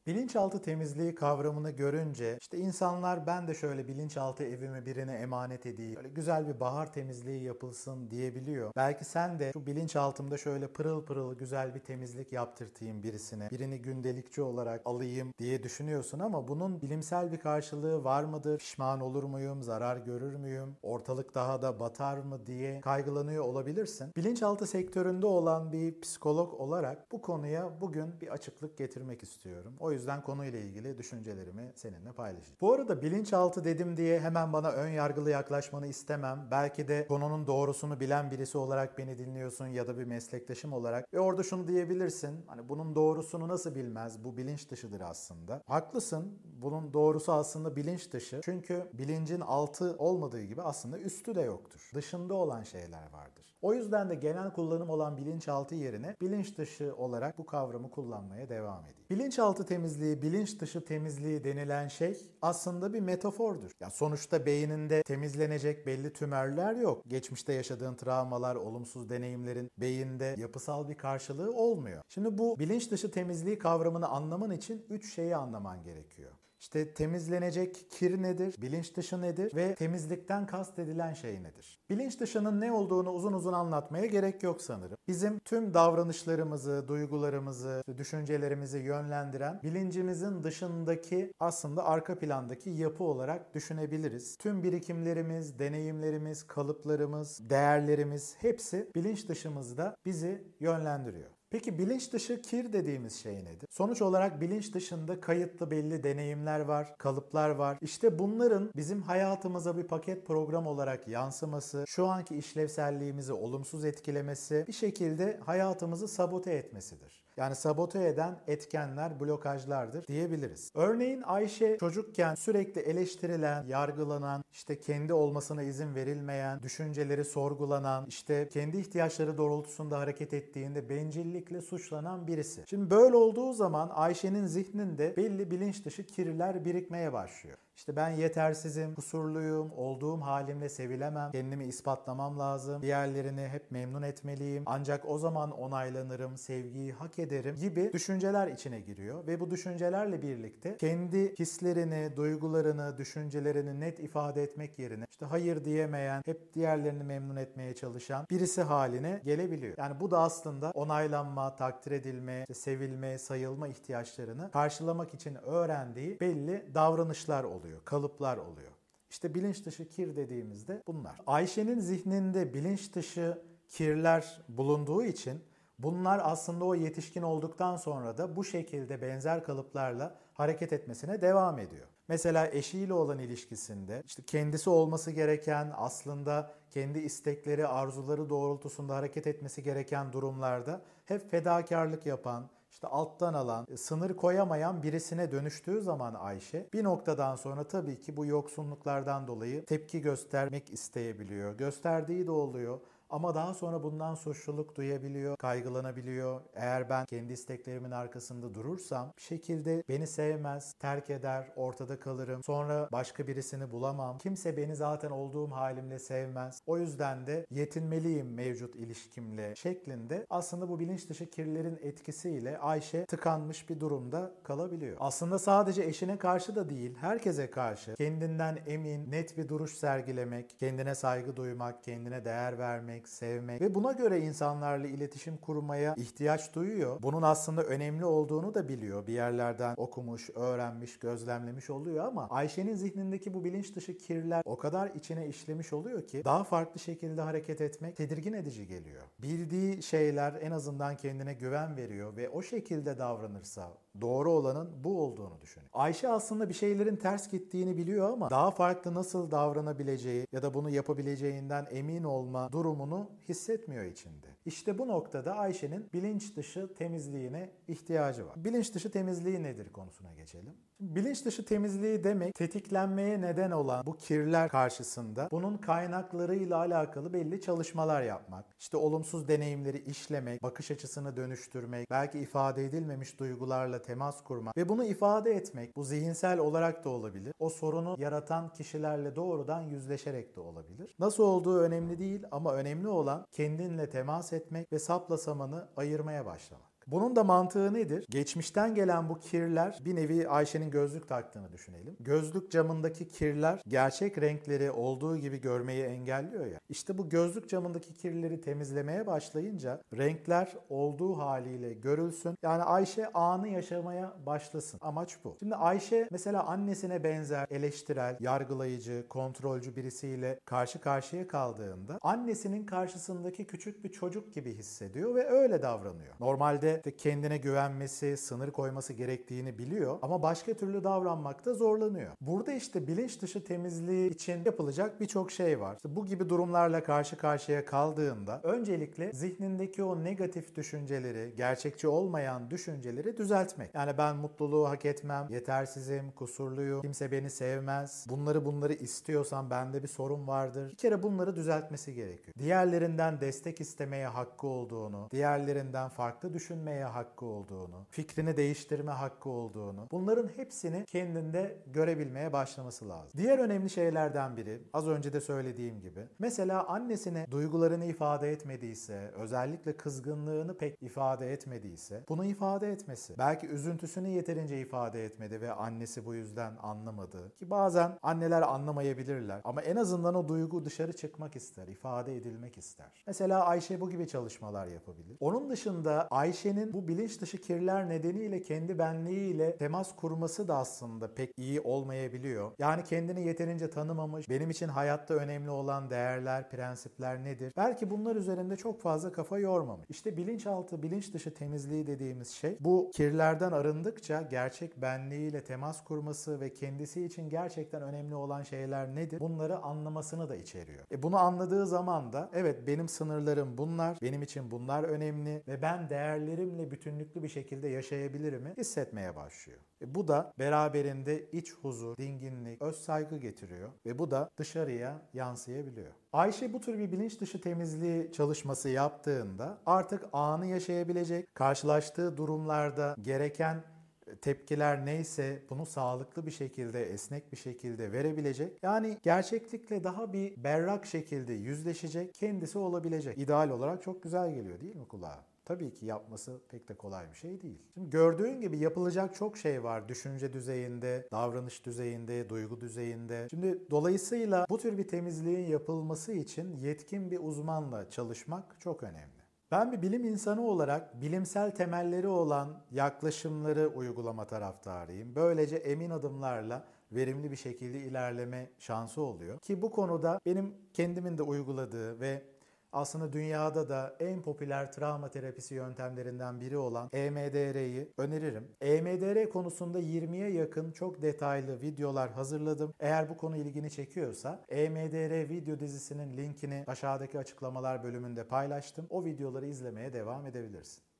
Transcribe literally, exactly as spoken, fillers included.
Bilinçaltı temizliği kavramını görünce işte insanlar ben de şöyle bilinçaltı evimi birine emanet edeyim, böyle güzel bir bahar temizliği yapılsın diyebiliyor. Belki sen de şu bilinçaltımda şöyle pırıl pırıl güzel bir temizlik yaptırtayım birisine, birini gündelikçi olarak alayım diye düşünüyorsun ama bunun bilimsel bir karşılığı var mıdır? Pişman olur muyum? Zarar görür müyüm? Ortalık daha da batar mı diye kaygılanıyor olabilirsin. Bilinçaltı sektöründe olan bir psikolog olarak bu konuya bugün bir açıklık getirmek istiyorum. O yüzden konuyla ilgili düşüncelerimi seninle paylaşacağım. Bu arada bilinçaltı dedim diye hemen bana ön yargılı yaklaşmanı istemem. Belki de konunun doğrusunu bilen birisi olarak beni dinliyorsun ya da bir meslektaşım olarak ve orada şunu diyebilirsin. Hani bunun doğrusunu nasıl bilmez? Bu bilinç dışıdır aslında. Haklısın. Bunun doğrusu aslında bilinç dışı. Çünkü bilincin altı olmadığı gibi aslında üstü de yoktur. Dışında olan şeyler vardır. O yüzden de genel kullanım olan bilinçaltı yerine bilinç dışı olarak bu kavramı kullanmaya devam edeyim. Bilinçaltı temizliği, bilinç dışı temizliği denilen şey aslında bir metafordur. Ya sonuçta beyninde temizlenecek belli tümörler yok. Geçmişte yaşadığın travmalar, olumsuz deneyimlerin beyinde yapısal bir karşılığı olmuyor. Şimdi bu bilinç dışı temizliği kavramını anlaman için üç şeyi anlaman gerekiyor. İşte temizlenecek kir nedir, bilinç dışı nedir ve temizlikten kastedilen şey nedir? Bilinç dışının ne olduğunu uzun uzun anlatmaya gerek yok sanırım. Bizim tüm davranışlarımızı, duygularımızı, düşüncelerimizi yönlendiren bilincimizin dışındaki aslında arka plandaki yapı olarak düşünebiliriz. Tüm birikimlerimiz, deneyimlerimiz, kalıplarımız, değerlerimiz hepsi bilinç dışımızda bizi yönlendiriyor. Peki bilinç dışı kir dediğimiz şey nedir? Sonuç olarak bilinç dışında kayıtlı belli deneyimler var, kalıplar var. İşte bunların bizim hayatımıza bir paket program olarak yansıması, şu anki işlevselliğimizi olumsuz etkilemesi, bir şekilde hayatımızı sabote etmesidir. Yani sabote eden etkenler, blokajlardır diyebiliriz. Örneğin Ayşe çocukken sürekli eleştirilen, yargılanan, işte kendi olmasına izin verilmeyen, düşünceleri sorgulanan, işte kendi ihtiyaçları doğrultusunda hareket ettiğinde bencillikle suçlanan birisi. Şimdi böyle olduğu zaman Ayşe'nin zihninde belli bilinç dışı kirler birikmeye başlıyor. İşte ben yetersizim, kusurluyum, olduğum halimle sevilemem, kendimi ispatlamam lazım, diğerlerini hep memnun etmeliyim, ancak o zaman onaylanırım, sevgiyi hak ederim gibi düşünceler içine giriyor ve bu düşüncelerle birlikte kendi hislerini, duygularını, düşüncelerini net ifade etmek yerine işte hayır diyemeyen, hep diğerlerini memnun etmeye çalışan birisi haline gelebiliyor. Yani bu da aslında onaylanma, takdir edilme, işte sevilme, sayılma ihtiyaçlarını karşılamak için öğrendiği belli davranışlar oluyor. Kalıplar oluyor. İşte bilinç dışı kir dediğimizde bunlar. Ayşe'nin zihninde bilinç dışı kirler bulunduğu için bunlar aslında o yetişkin olduktan sonra da bu şekilde benzer kalıplarla hareket etmesine devam ediyor. Mesela eşiyle olan ilişkisinde işte kendisi olması gereken, aslında kendi istekleri, arzuları doğrultusunda hareket etmesi gereken durumlarda hep fedakarlık yapan, İşte alttan alan, sınır koyamayan birisine dönüştüğü zaman Ayşe bir noktadan sonra tabii ki bu yoksunluklardan dolayı tepki göstermek isteyebiliyor. Gösterdiği de oluyor. Ama daha sonra bundan suçluluk duyabiliyor, kaygılanabiliyor. Eğer ben kendi isteklerimin arkasında durursam bir şekilde beni sevmez, terk eder, ortada kalırım. Sonra başka birisini bulamam. Kimse beni zaten olduğum halimle sevmez. O yüzden de yetinmeliyim mevcut ilişkimle şeklinde aslında bu bilinç dışı kirlerin etkisiyle Ayşe tıkanmış bir durumda kalabiliyor. Aslında sadece eşine karşı da değil, herkese karşı kendinden emin, net bir duruş sergilemek, kendine saygı duymak, kendine değer vermek, sevmek ve buna göre insanlarla iletişim kurmaya ihtiyaç duyuyor. Bunun aslında önemli olduğunu da biliyor. Bir yerlerden okumuş, öğrenmiş, gözlemlemiş oluyor ama Ayşe'nin zihnindeki bu bilinç dışı kirler o kadar içine işlemiş oluyor ki daha farklı şekilde hareket etmek tedirgin edici geliyor. Bildiği şeyler en azından kendine güven veriyor ve o şekilde davranırsa doğru olanın bu olduğunu düşünüyor. Ayşe aslında bir şeylerin ters gittiğini biliyor ama daha farklı nasıl davranabileceği ya da bunu yapabileceğinden emin olma durumunu hissetmiyor içinde. İşte bu noktada Ayşe'nin bilinç dışı temizliğine ihtiyacı var. Bilinç dışı temizliği nedir konusuna geçelim. Bilinç dışı temizliği demek tetiklenmeye neden olan bu kirler karşısında bunun kaynaklarıyla alakalı belli çalışmalar yapmak. İşte olumsuz deneyimleri işlemek, bakış açısını dönüştürmek, belki ifade edilmemiş duygularla temas kurmak ve bunu ifade etmek. Bu zihinsel olarak da olabilir. O sorunu yaratan kişilerle doğrudan yüzleşerek de olabilir. Nasıl olduğu önemli değil ama önemli olan kendinle temas etmek ve sapla samanı ayırmaya başlamak. Bunun da mantığı nedir? Geçmişten gelen bu kirler, bir nevi Ayşe'nin gözlük taktığını düşünelim. Gözlük camındaki kirler gerçek renkleri olduğu gibi görmeyi engelliyor ya. İşte bu gözlük camındaki kirleri temizlemeye başlayınca renkler olduğu haliyle görülsün. Yani Ayşe anı yaşamaya başlasın. Amaç bu. Şimdi Ayşe mesela annesine benzer eleştirel, yargılayıcı, kontrolcü birisiyle karşı karşıya kaldığında annesinin karşısındaki küçük bir çocuk gibi hissediyor ve öyle davranıyor. Normalde de kendine güvenmesi, sınır koyması gerektiğini biliyor ama başka türlü davranmakta zorlanıyor. Burada işte bilinç dışı temizliği için yapılacak birçok şey var. İşte bu gibi durumlarla karşı karşıya kaldığında öncelikle zihnindeki o negatif düşünceleri, gerçekçi olmayan düşünceleri düzeltmek. Yani ben mutluluğu hak etmem, yetersizim, kusurluyum, kimse beni sevmez, bunları bunları istiyorsam bende bir sorun vardır. Bir kere bunları düzeltmesi gerekiyor. Diğerlerinden destek istemeye hakkı olduğunu, diğerlerinden farklı düşünmeye hakkı olduğunu, fikrini değiştirme hakkı olduğunu, bunların hepsini kendinde görebilmeye başlaması lazım. Diğer önemli şeylerden biri, az önce de söylediğim gibi, mesela annesine duygularını ifade etmediyse, özellikle kızgınlığını pek ifade etmediyse, bunu ifade etmesi. Belki üzüntüsünü yeterince ifade etmedi ve annesi bu yüzden anlamadı. Ki bazen anneler anlamayabilirler ama en azından o duygu dışarı çıkmak ister, ifade edilmek ister. Mesela Ayşe bu gibi çalışmalar yapabilir. Onun dışında Ayşe'nin bu bilinç dışı kirler nedeniyle kendi benliğiyle temas kurması da aslında pek iyi olmayabiliyor. Yani kendini yeterince tanımamış, benim için hayatta önemli olan değerler, prensipler nedir? Belki bunlar üzerinde çok fazla kafa yormamış. İşte bilinçaltı, bilinç dışı temizliği dediğimiz şey bu kirlerden arındıkça gerçek benliğiyle temas kurması ve kendisi için gerçekten önemli olan şeyler nedir? Bunları anlamasını da içeriyor. E bunu anladığı zaman da evet benim sınırlarım bunlar, benim için bunlar önemli ve ben değerlerimle bütünlüklü bir şekilde yaşayabilirim hissetmeye başlıyor. E bu da beraberinde iç huzur, dinginlik, öz saygı getiriyor ve bu da dışarıya yansıyabiliyor. Ayşe bu tür bir bilinç dışı temizliği çalışması yaptığında artık anı yaşayabilecek, karşılaştığı durumlarda gereken tepkiler neyse bunu sağlıklı bir şekilde, esnek bir şekilde verebilecek. Yani gerçeklikle daha bir berrak şekilde yüzleşecek, kendisi olabilecek. İdeal olarak çok güzel geliyor değil mi kulağa? Tabii ki yapması pek de kolay bir şey değil. Şimdi gördüğün gibi yapılacak çok şey var. Düşünce düzeyinde, davranış düzeyinde, duygu düzeyinde. Şimdi dolayısıyla bu tür bir temizliğin yapılması için yetkin bir uzmanla çalışmak çok önemli. Ben bir bilim insanı olarak bilimsel temelleri olan yaklaşımları uygulama taraftarıyım. Böylece emin adımlarla verimli bir şekilde ilerleme şansı oluyor. Ki bu konuda benim kendimin de uyguladığı ve aslında dünyada da en popüler travma terapisi yöntemlerinden biri olan E M D R'yi öneririm. E M D R konusunda yirmiye yakın çok detaylı videolar hazırladım. Eğer bu konu ilgini çekiyorsa E M D R video dizisinin linkini aşağıdaki açıklamalar bölümünde paylaştım. O videoları izlemeye devam edebilirsin.